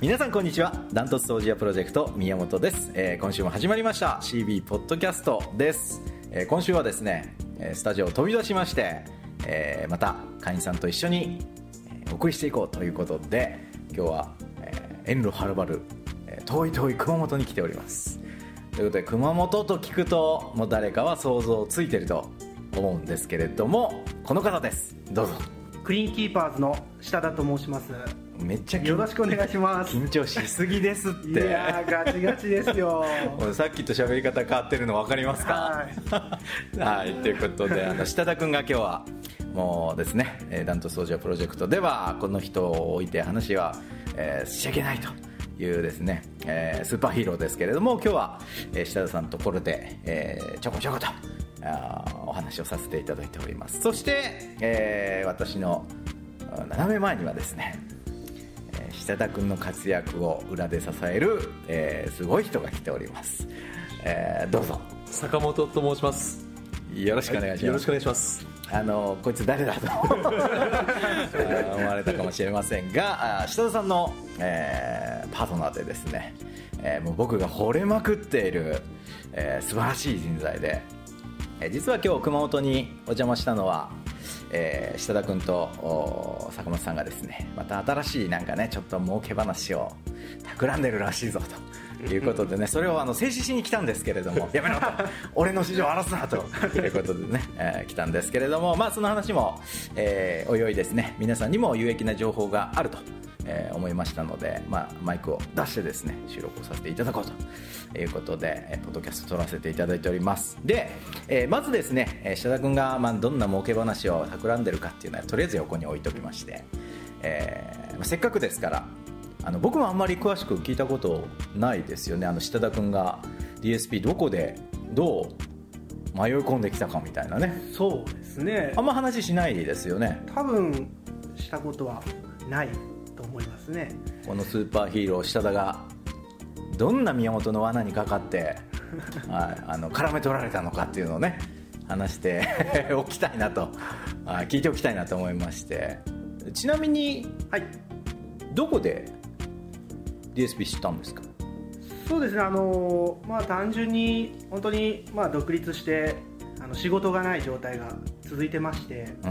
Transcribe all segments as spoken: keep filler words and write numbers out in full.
皆さんこんにちは。ダントツ掃除屋プロジェクト宮本です、えー、今週も始まりました シービー ポッドキャストです、えー、今週はですねスタジオを飛び出しまして、えー、また会員さんと一緒にお送りしていこうということで、今日は、えー、遠路はるばる遠い遠い熊本に来ております。ということで熊本と聞くともう誰かは想像ついてると思うんですけれども、この方です。どうぞ。 クリーンキーパーズの下田と申します。 めっちゃよろしくお願いします。 緊張しすぎですって。 いやーガチガチですよさっきと喋り方変わってるの分かりますか？はいはいということで、あの下田くんが今日はもうですね、ダントツ掃除屋プロジェクトではこの人を置いて話は、えー、しちゃいけないというですね、えー、スーパーヒーローですけれども、今日は、えー、下田さんのところで、えー、ちょこちょことあお話をさせていただいております。そして、えー、私の斜め前にはですね、えー、下田くんの活躍を裏で支える、えー、すごい人が来ております、えー、どうぞ。 坂本と申します。 よろしくお願いします、はい、 よろしくお願いします。 あのこいつ誰だと思われたかもしれませんが、下田さんの、えー、パートナーでですね、えー、もう僕が惚れまくっている、えー、素晴らしい人材で、えー、実は今日熊本にお邪魔したのは、えー、下田君と坂本さんがですね、また新しいなんかねちょっと儲け話を企んでるらしいぞということでね、それをあの制止しに来たんですけれどもやめろと俺の市場を荒らすなということでね、えー、来たんですけれども、まあその話も、えー、おいおいですね皆さんにも有益な情報があると、えー、思いましたので、まあ、マイクを出してですね収録をさせていただこうということで、えー、ポッドキャスト撮らせていただいております。で、えー、まずですね下田君が、まあ、どんな儲け話を企んでるかっていうのはとりあえず横に置いておきまして、えーまあ、せっかくですからあの僕もあんまり詳しく聞いたことないですよね。あの下田君が ディーエスピー どこでどう迷い込んできたかみたいなね。 そうですね、 あんま話しないですよね。 多分したことはないと思いますね。 このスーパーヒーロー下田がどんな宮本の罠にかかってはい、あの絡め取られたのかっていうのをね話しておきたいなと聞いておきたいなと思いまして、ちなみに、はい、どこで ディーエスピー 知ったんですか？ そうですね、あのまあ単純に本当にまあ独立してあの仕事がない状態が続いてまして、うん、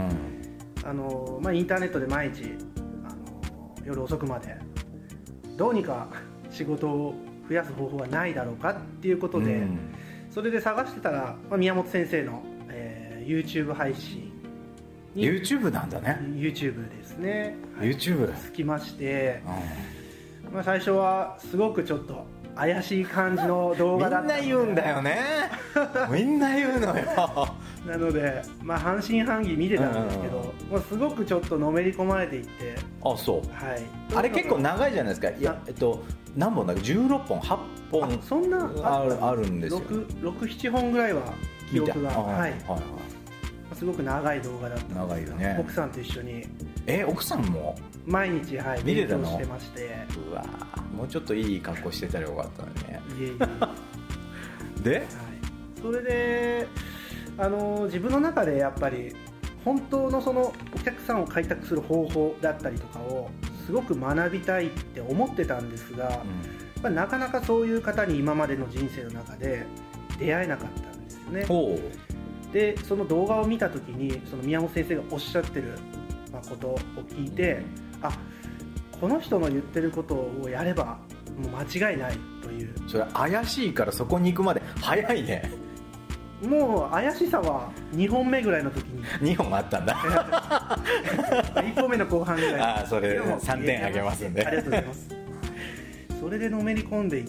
あのまあインターネットで毎日あの夜遅くまでどうにか仕事を増やす方法はないだろうかっていうことで、うん、それで探してたら、まあ、宮本先生の、えー、YouTube 配信に YouTube なんだね。 YouTube ですね、 はい、YouTube だつきまして、うんまあ、最初はすごくちょっと怪しい感じの動画だったのでみんな言うんだよねみんな言うのよなので、まあ、半信半疑見てたんですけど、もうすごくちょっとのめり込まれていって。 あ、そう、 はい、 あれ結構長いじゃないですか。いや、えっと何本だっけ、じゅうろっぽんはっぽんそんなあ, るあるんですよ。 ろく、ななほんぐらいは記憶が、はいはいはい、すごく長い動画だったんですが、 長いよね。 奥さんと一緒に。 え、奥さんも毎日、はい、 見てたの？ してまして。 うわ、もうちょっといい格好してたらよかったのにね。 いえいえで、 はい、それであの自分の中でやっぱり本当のそのお客さんを開拓する方法だったりとかをすごく学びたいって思ってたんですが、うん、なかなかそういう方に今までの人生の中で出会えなかったんですよね。ほう。でその動画を見た時にその宮本先生がおっしゃってることを聞いて、うん、あ、この人の言ってることをやればもう間違いないという。 それ怪しいからそこに行くまで早いね。 もう怪しさはにほんめぐらいの時ににほんあったんだいっぽんめの後半ぐらい。 ああ、それさんてんあげますんで。 ありがとうございます。それでのめり込んでいって、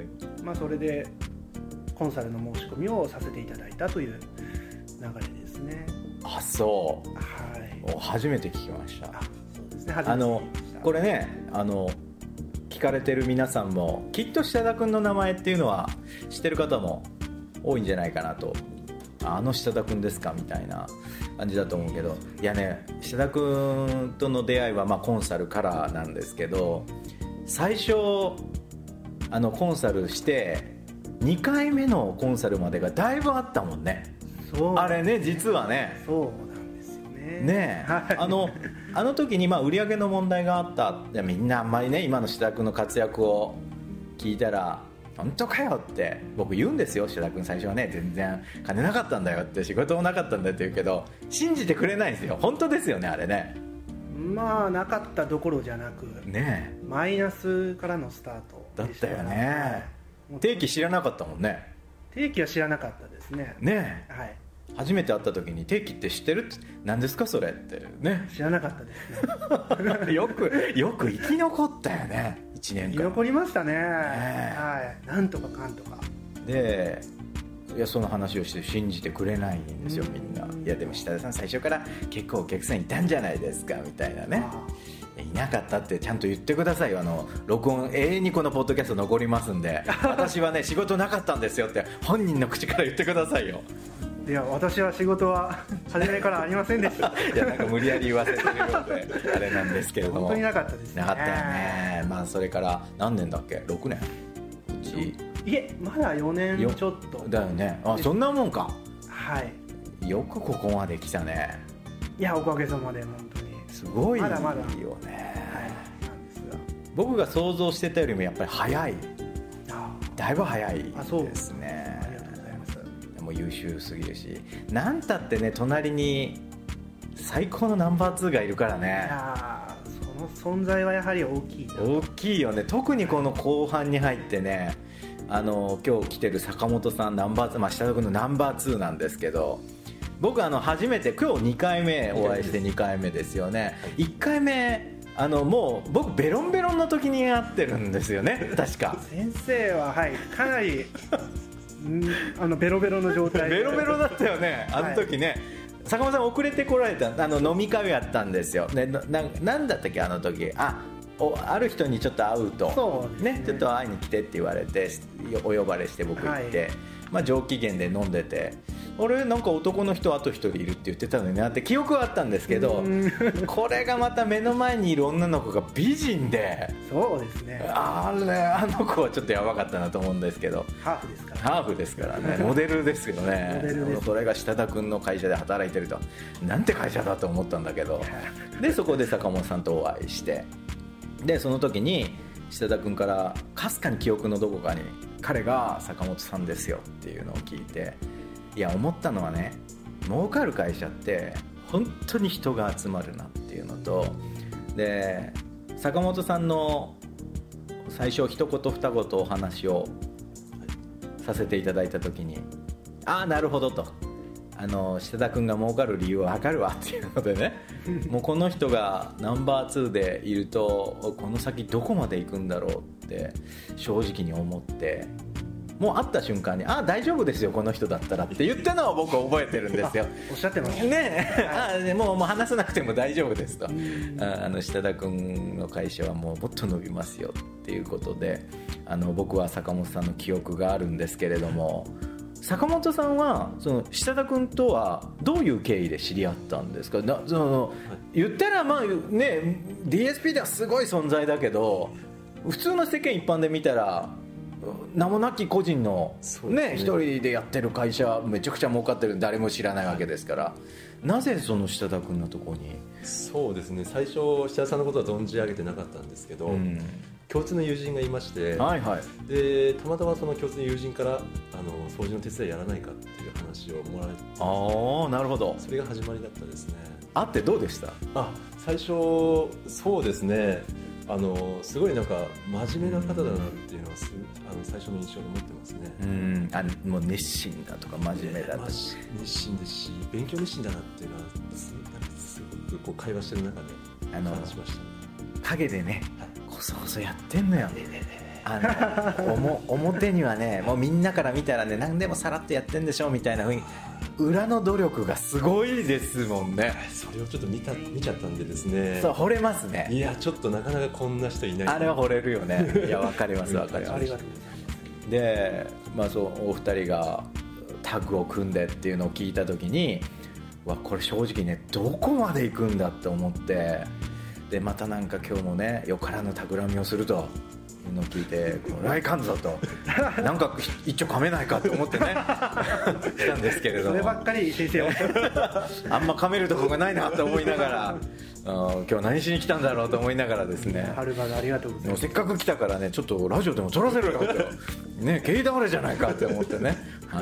まあ、それでコンサルの申し込みをさせていただいたという流れですね。 あ、そう、はい、初めて聞きました。あ、そうですね、初めて聞きました。あのこれね、あの聞かれてる皆さんもきっと下田君の名前っていうのは知ってる方も多いんじゃないかなと。あの下田君ですかみたいな感じだと思うけど、いやね、下田君との出会いはまあコンサルからなんですけど、最初あのコンサルしてにかいめのコンサルまでがだいぶあったもんね。そうあれね、実はね、 そうなんですよね。 ねねえ、 はい、 あのあの時にまあ売り上げの問題があった。いやみんなあんまりね今の志田君の活躍を聞いたら本当かよって僕言うんですよ。志田君最初はね全然金なかったんだよって仕事もなかったんだって言うけど信じてくれないんですよ。本当ですよねあれね。 まあなかったどころじゃなくねえマイナスからのスタートでしただったよね。定期知らなかったもんね。 定期は知らなかったですね。 ねえ、 はい、 初めて会った時に定期って知ってるって何ですかそれってね知らなかったですねよくよく生き残ったよねいちねんかん。 生き残りましたね、 ねはい、なんとかかんとかでいやその話をして信じてくれないんですよみんな。いやでも志田さん最初から結構お客さんいたんじゃないですかみたいなね。いなかったってちゃんと言ってくださいよ。あの録音永遠にこのポッドキャスト残りますんで私はね仕事なかったんですよって本人の口から言ってくださいよ。 いや私は仕事は初めからありませんでしたいやなんか無理やり言わせてるようであれなんですけれども本当になかったですね。 なかったよね。まあそれから何年だっけろくねんうちいえまだよねんちょっとだよね。あそんなもんか。 はいよくここまで来たね。 いやおかげさまで本当にすごいよね。 まだまだ、はい、なんですが僕が想像してたよりもやっぱり早い。 あだいぶ早いあそうですね。 ありがとうございます。 でも優秀すぎるしなんたってね隣に最高のナンバーツーがいるからね。 いやその存在はやはり大きい大きいよね。特にこの後半に入ってねあの今日来てる坂本さんナンバーツー、まあ、下田君のナンバーツーなんですけど僕あの初めて今日にかいめお会いしてにかいめですよね。いっかいめあのもう僕ベロンベロンの時に会ってるんですよね確か。 先生ははいかなりあのベロベロの状態でベロベロだったよねあの時ね、はい、坂本さん遅れてこられたあの飲み会をやったんですよ、ね、な, な, なんだったっけあの時あおある人にちょっと会うとそうですね、 ね、ちょっと会いに来てって言われてお呼ばれして僕行って、はいまあ、上機嫌で飲んでてあれなんか男の人あと一人いるって言ってたのになって記憶はあったんですけどこれがまた目の前にいる女の子が美人でそうですねあれあの子はちょっとやばかったなと思うんですけどハーフですからハーフですからねモデルですけどねモデルです。 それが志田君の会社で働いてるとなんて会社だと思ったんだけどでそこで坂本さんとお会いしてでその時に志田君からかすかに記憶のどこかに彼が坂本さんですよっていうのを聞いていや思ったのはね儲かる会社って本当に人が集まるなっていうのとで坂本さんの最初一言二言お話をさせていただいた時にああなるほどとあの志田君が儲かる理由は分かるわっていうのでねもうこの人がナンバーツーでいるとこの先どこまで行くんだろうって正直に思ってもう会った瞬間にあ大丈夫ですよこの人だったらって言ったのを僕は覚えてるんですよおっしゃってましたねえあもうもう話さなくても大丈夫ですとああの志田君の会社はもうもっと伸びますよっていうことであの僕は坂本さんの記憶があるんですけれども坂本さんはその志田君とはどういう経緯で知り合ったんですか。なその言ったらまあね ディーエスピー ではすごい存在だけど普通の世間一般で見たら名もなき個人のね一人でやってる会社めちゃくちゃ儲かってる誰も知らないわけですから、はい、なぜその志田君のところに。 そうですね最初志田さんのことは存じ上げてなかったんですけど、うん、共通の友人がいまして、はいはい、でたまたまその共通の友人からあの掃除の手伝いやらないかっていう話をもらえてああなるほどそれが始まりだったですね。 会ってどうでした。 あ最初そうですねあのすごいなんか真面目な方だなっていうのはすあの最初の印象で持ってますね。 うんあもう熱心だとか真面目だとか、 熱心ですし勉強熱心だなっていうのはすごくこう会話してる中で感じましたね。 陰でね、はい、こそこそやってんのよ、ねねねあのおも表にはねもうみんなから見たらね何でもさらっとやってんでしょみたいな風に裏の努力がすごいですもんね。 それをちょっと見た見ちゃったんでですね。 そう惚れますね。 いやちょっとなかなかこんな人いない。 あれは惚れるよね。いや分かります分かりますで、まあ、そうお二人がタッグを組んでっていうのを聞いた時にわこれ正直ねどこまで行くんだって思ってでまたなんか今日もねよからぬ企みをするというのを聞いてこれはいかんぞとなんか一丁噛めないかと思ってねしたんですけれども、 そればっかり先生はあんま噛めるとこがないなと思いながら今日何しに来たんだろうと思いながらですね、 はるばるありがとうございます。 せっかく来たからねちょっとラジオでも撮らせるよってね毛倒れじゃないかって思ってね、はい、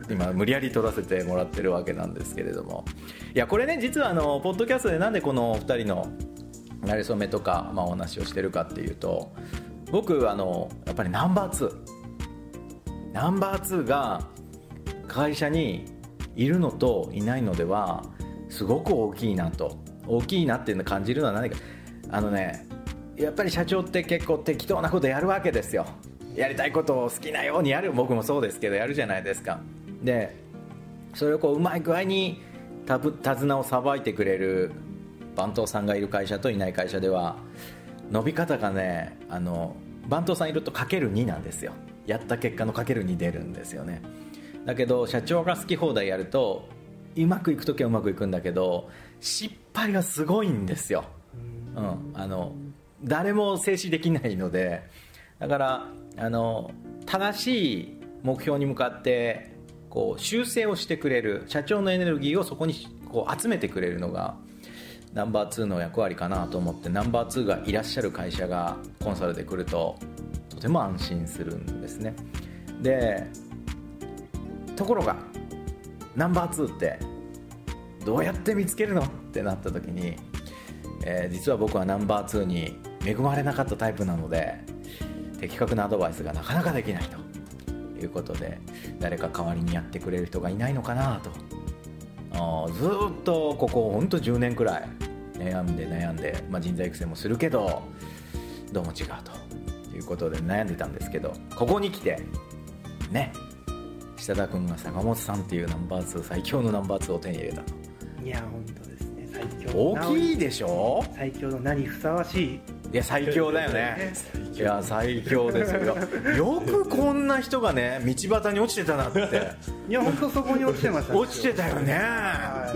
今無理やり撮らせてもらってるわけなんですけれども、いやこれね実はあのポッドキャストでなんでこのふたりの馴れ初めとか、まあ、お話をしてるかっていうと、僕あのやっぱりナンバーツーナンバーツーが会社にいるのといないのではすごく大きいなと大きいなっていうのを感じるのは何か、あのねやっぱり社長って結構適当なことやるわけですよ。やりたいことを好きなようにやる、僕もそうですけどやるじゃないですか。でそれをこううまい具合に手綱をさばいてくれる番頭さんがいる会社といない会社では伸び方がね、あの番頭さんいるとかけるになんですよ。やった結果のかけるに出るんですよね。だけど社長が好き放題やるとうまくいくときはうまくいくんだけど失敗がすごいんですよ、うん、あの誰も静止できないので、だからあの正しい目標に向かってこう修正をしてくれる社長のエネルギーをそこにこう集めてくれるのがナンバーツーの役割かなと思って、ナンバーツーがいらっしゃる会社がコンサルで来るととても安心するんですね。でところがナンバーツーってどうやって見つけるのってなった時に、えー、実は僕はナンバーツーに恵まれなかったタイプなので的確なアドバイスがなかなかできないということで、誰か代わりにやってくれる人がいないのかなと、あずっとここ本当じゅうねんくらい悩んで悩んで、まあ、人材育成もするけどどうも違うということで悩んでたんですけど、ここに来てね下田君が坂本さんっていうナンバーツー最強のナンバーツーを手に入れたと。 いや本当ですね、最強大きいでしょ。 最強の名にふさわしい。 いや最強だよねいや最強ですよ。よくこんな人がね道端に落ちてたなって。 いや本当そこに落ちてました落ちてたよね、はい、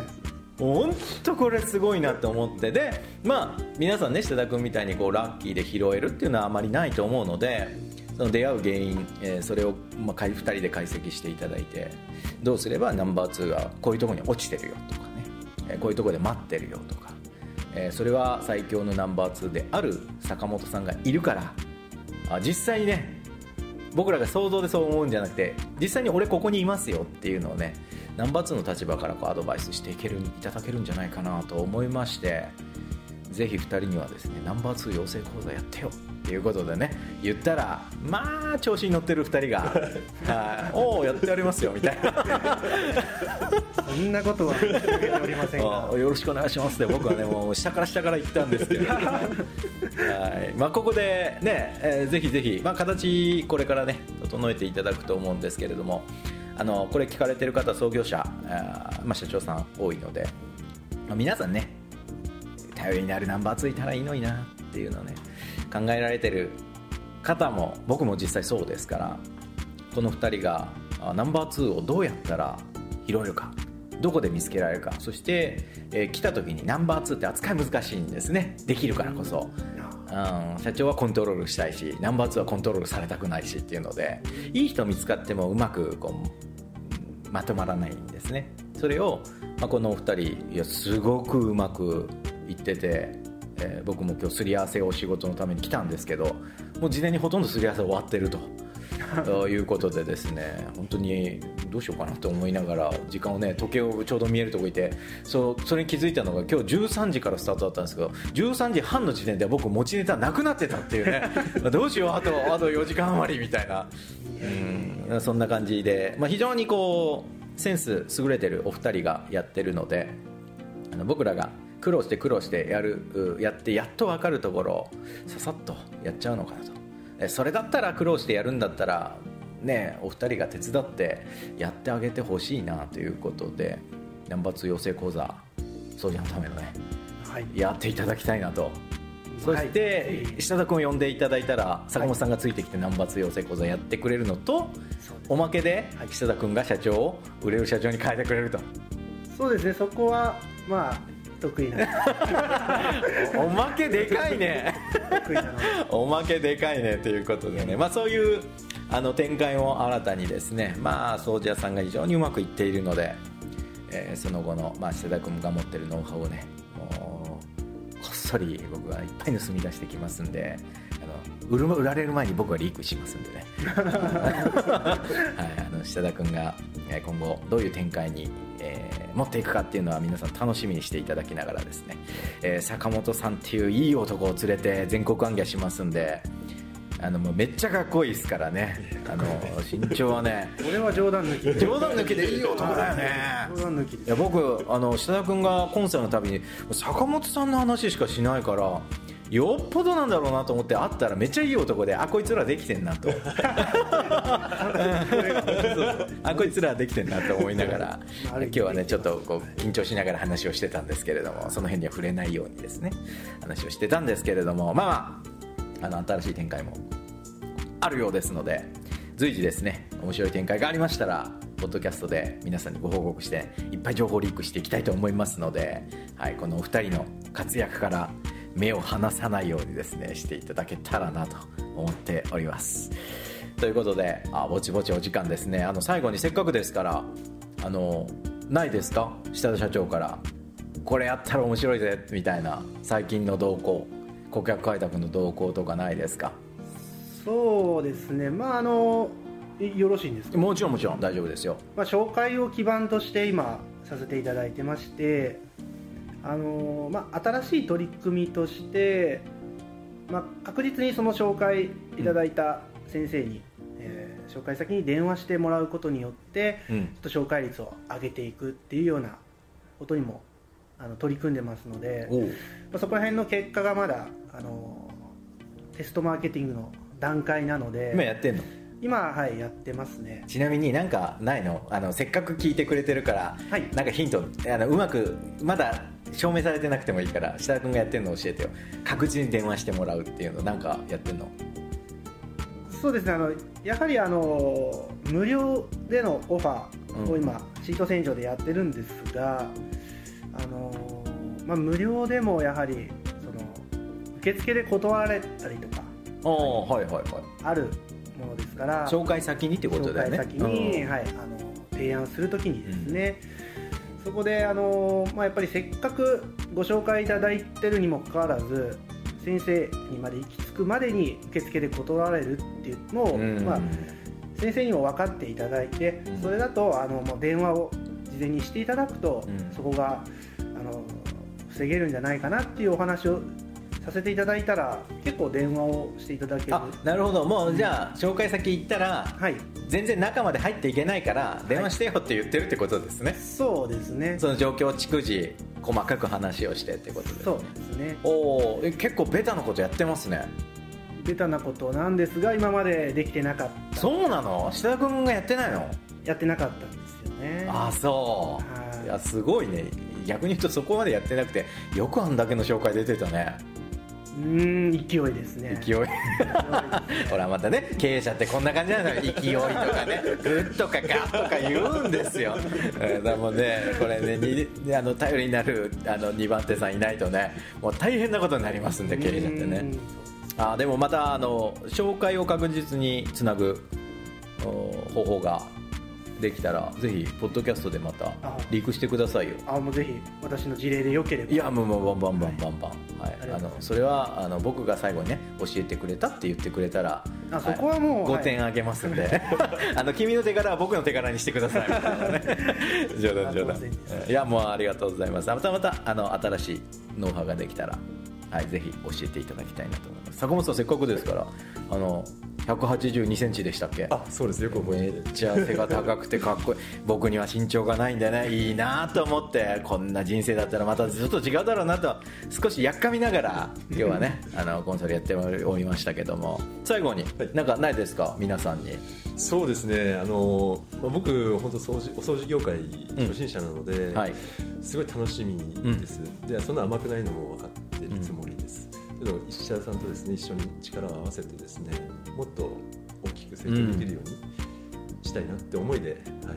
本当これすごいなって思って、でまあ皆さんね下田君みたいにこうラッキーで拾えるっていうのはあまりないと思うので、その出会う原因、えー、それを、まあ、ふたりで解析していただいて、どうすればナンバーツーがこういうところに落ちてるよとかね、えー、こういうところで待ってるよとか、えー、それは最強のナンバーツーである坂本さんがいるから、あ実際にね僕らが想像でそう思うんじゃなくて実際に俺ここにいますよっていうのをねナンバーツーの立場からこうアドバイスしていけるいただけるんじゃないかなと思いまして、ぜひふたりにはですねナンバーツー養成講座やってよっていうことでね言ったら、まあ調子に乗ってるふたりがおおやってやりますよみたいなそんなことは言っておりませんがよろしくお願いしますって僕はねもう下から下から言ったんですけどはい、まあ、ここでね、えー、ぜひぜひ、まあ、形これからね整えていただくと思うんですけれども、あのこれ聞かれてる方創業者、あ、まあ、社長さん多いので、まあ、皆さんね頼りになるナンバーツーいたらいいのになっていうのをね考えられてる方も僕も実際そうですから、このふたりがナンバーツーをどうやったら拾えるか、どこで見つけられるか、そして、えー、来た時にナンバーツーって扱い難しいんですね。できるからこそ、うん、社長はコントロールしたいしナンバーツーはコントロールされたくないしっていうので、いい人見つかってもうまくこうまとまらないんですね。それを、まあ、このお二人いやすごくうまくいってて、えー、僕も今日すり合わせをお仕事のために来たんですけど、もう事前にほとんどすり合わせ終わってるとということでですね、本当にどうしようかなと思いながら時間をね時計をちょうど見えるとこいて、 そ, それに気づいたのが今日じゅうさんじからスタートだったんですけど、じゅうさんじはんの時点で僕持ちネタなくなってたっていうねどうしようあとあとよじかん余りみたいな、うん、そんな感じで、まあ、非常にこうセンス優れてるお二人がやってるので、あの僕らが苦労して苦労してやるやってやっと分かるところをささっとやっちゃうのかなと。それだったら苦労してやるんだったらねお二人が手伝ってやってあげてほしいなということで、ナンバーツー養成講座掃除のためのね、はい、やっていただきたいなと。そして、はい、下田君を呼んでいただいたら坂本さんがついてきてナンバーツー養成講座やってくれるのと、おまけで下田君が社長を売れる社長に変えてくれると。 そうですね、そこはまあ得意なおまけでかいね得意なのおまけでかいねということでね、まあ、そういうあの展開を新たにですね、まあ、掃除屋さんが非常にうまくいっているので、えー、その後の、まあ、瀬田君が持ってるノウハウをねもうこっそり僕はいっぱい盗み出してきますんで、あの 売, る売られる前に僕はリークしますんでねはい、あの瀬田君が今後どういう展開に、えー、持っていくかっていうのは皆さん楽しみにしていただきながらですね、えー、坂本さんっていういい男を連れて全国行脚しますんで、あのもうめっちゃかっこいいですからね、あの身長はね俺は冗談抜き冗談抜きでいい男だよね冗談抜きです。 いや僕あの下田君がコンサートのたびに坂本さんの話しかしないからよっぽどなんだろうなと思って会ったらめっちゃいい男で、あこいつらできてんなとあこいつらできてんなと思いながら今日はねちょっとこう緊張しながら話をしてたんですけれども、その辺には触れないようにですね話をしてたんですけれども、まあまああの新しい展開もあるようですので、随時ですね面白い展開がありましたらポッドキャストで皆さんにご報告していっぱい情報リークしていきたいと思いますので、はい、このお二人の活躍から目を離さないようにですねしていただけたらなと思っております。ということであぼちぼちお時間ですね。あの最後にせっかくですからあのないですか、下田社長からこれやったら面白いぜみたいな最近の動向、顧客開拓の動向とかないですか？ そうですね、まああのよろしいんですか？ もちろんもちろん大丈夫ですよ。 まあ、紹介を基盤として今させていただいてまして、あのまあ、新しい取り組みとして、まあ、確実にその紹介いただいた先生に、うんえー、紹介先に電話してもらうことによって、うん、ちょっと紹介率を上げていくっていうようなことにもあの取り組んでますので、まあ、そこら辺の結果がまだあのテストマーケティングの段階なので。 今やってんの？ 今はいやってますね。 ちなみになんかないの？あのせっかく聞いてくれてるから、はい、なんかヒントあのうまくまだ証明されてなくてもいいから下田君がやってるの教えてよ。確実に電話してもらうっていうのなんかやってんの？ そうですね、あのやはりあの無料でのオファーを今、うん、シート洗浄でやってるんですが、あの、まあ、無料でもやはりその受付で断られたりとかあ、はいはいはい、 あるものですから、 紹介先にってことだよね。 紹介先に、うんはい、あの提案するときにですね、うん、そこであの、まあ、やっぱりせっかくご紹介いただいてるにもかかわらず先生にまで行き着くまでに受付で断られるっていうのを、うんまあ、先生にも分かっていただいて、うん、それだとあのもう電話を事前にしていただくと、うん、そこがあの防げるんじゃないかなっていうお話をさせていただいたら結構電話をしていただける。 あ、なるほど。もうじゃあ紹介先行ったら、はい、全然中まで入っていけないから電話してよって言ってるってことですね、はい、 そうですね。 その状況を逐次細かく話をしてってことですね。 そうですね。 おー、結構ベタなことやってますね。 ベタなことなんですが今までできてなかった。 そうなの？下田君がやってないの？ やってなかったんですよね。 あ、そう、はい、いやすごいね。逆に言うとそこまでやってなくてよくあんだけの紹介出てたね。 うーん、勢いですね。 勢いほらまたね、経営者ってこんな感じなのよ。勢いとかね、グッとかガッとか言うんですよ。でもね、これね、にあの頼りになるあのにばん手さんいないとね、もう大変なことになりますんで、経営者ってね。あ、でもまたあの紹介を確実につなぐ方法ができたらぜひポッドキャストでまたリークしてくださいよ。 あ、もうぜひ私の事例でよければ。 いやもうもうバンバンバンバンバン、はい、あのそれはあの僕が最後にね教えてくれたって言ってくれたら、 あ、そこはもうごてんあげますんで、はい、あの君の手柄は僕の手柄にしてくださいみたいなね冗談冗談。いやもうありがとうございます。またまたあの新しいノウハウができたら、はい、ぜひ教えていただきたいなと思います。坂本さんせっかくですからあのひゃくはちじゅうにセンチでしたっけ？ あ、そうです。よく覚えてめっちゃ背が高くてかっこいい僕には身長がないんでね、いいなと思って、こんな人生だったらまたずっと違うだろうなと少しやっかみながら今日はねあのコンサルやっておりましたけども、最後に何かないですか、皆さんに。 そうですね、あの僕本当掃除お掃除業界初心者なので、うんはい、すごい楽しみです、うん、でそんな甘くないのも分かってるつもりです、うん、けど石田さんとですね一緒に力を合わせてですねもっと大きく成長できるようにしたいなって思いで、うんはい、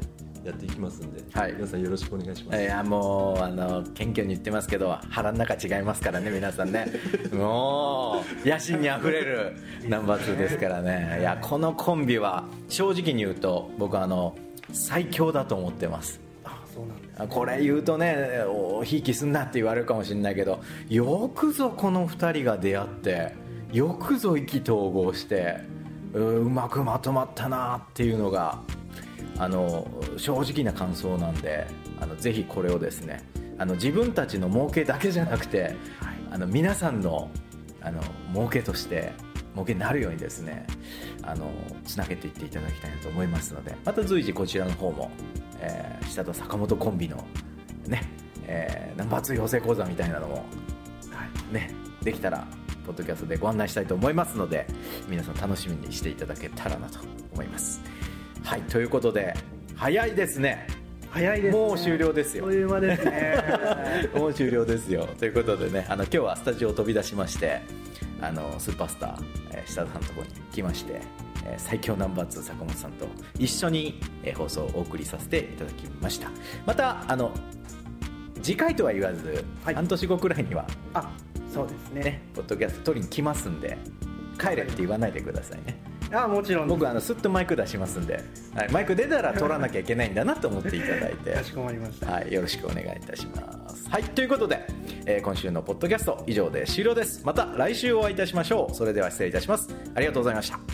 やっていきますんで、 はい、 皆さんよろしくお願いします。 いやもうあの謙虚に言ってますけど腹の中違いますからね皆さんねもう野心にあふれるナンバーツーですからね。いやこのコンビは正直に言うと僕はあの最強だと思ってます。 そうなんですね、 これ言うとねひいきすんなって言われるかもしれないけど、よくぞこのふたりが出会ってよくぞ意気投合してう, うまくまとまったなっていうのがあの正直な感想なんで、あのぜひこれをですねあの自分たちの儲けだけじゃなくて、はい、あの皆さんのあの儲けとして儲けになるようにですねあのつなげていっていただきたいなと思いますので、また随時こちらの方も、えー、下と坂本コンビのね、えー、ナンバーツー養成講座みたいなのも、はいね、できたらポッドキャストでご案内したいと思いますので、皆さん楽しみにしていただけたらなと思います。はい、ということで早いですね。 早いですね。 もう終了ですよ。 そういう間ですねもう終了ですよ。ということでね、あの今日はスタジオを飛び出しまして、あのスーパースター、えー、下田さんのところに来まして、えー、最強ナンバーツー坂本さんと一緒に、えー、放送をお送りさせていただきました。またあの次回とは言わず、はい、半年後くらいにはあそうです ね, ねポッドキャスト取りに来ますんで、帰れって言わないでくださいね。 あもちろん僕あのスッとマイク出しますんで、はい、マイク出たら取らなきゃいけないんだなと思っていただいてかしこまりました、 はい、よろしくお願いいたします。はい、ということで、えー、今週のポッドキャスト以上で終了です。また来週お会いいたしましょう。それでは失礼いたします。ありがとうございました。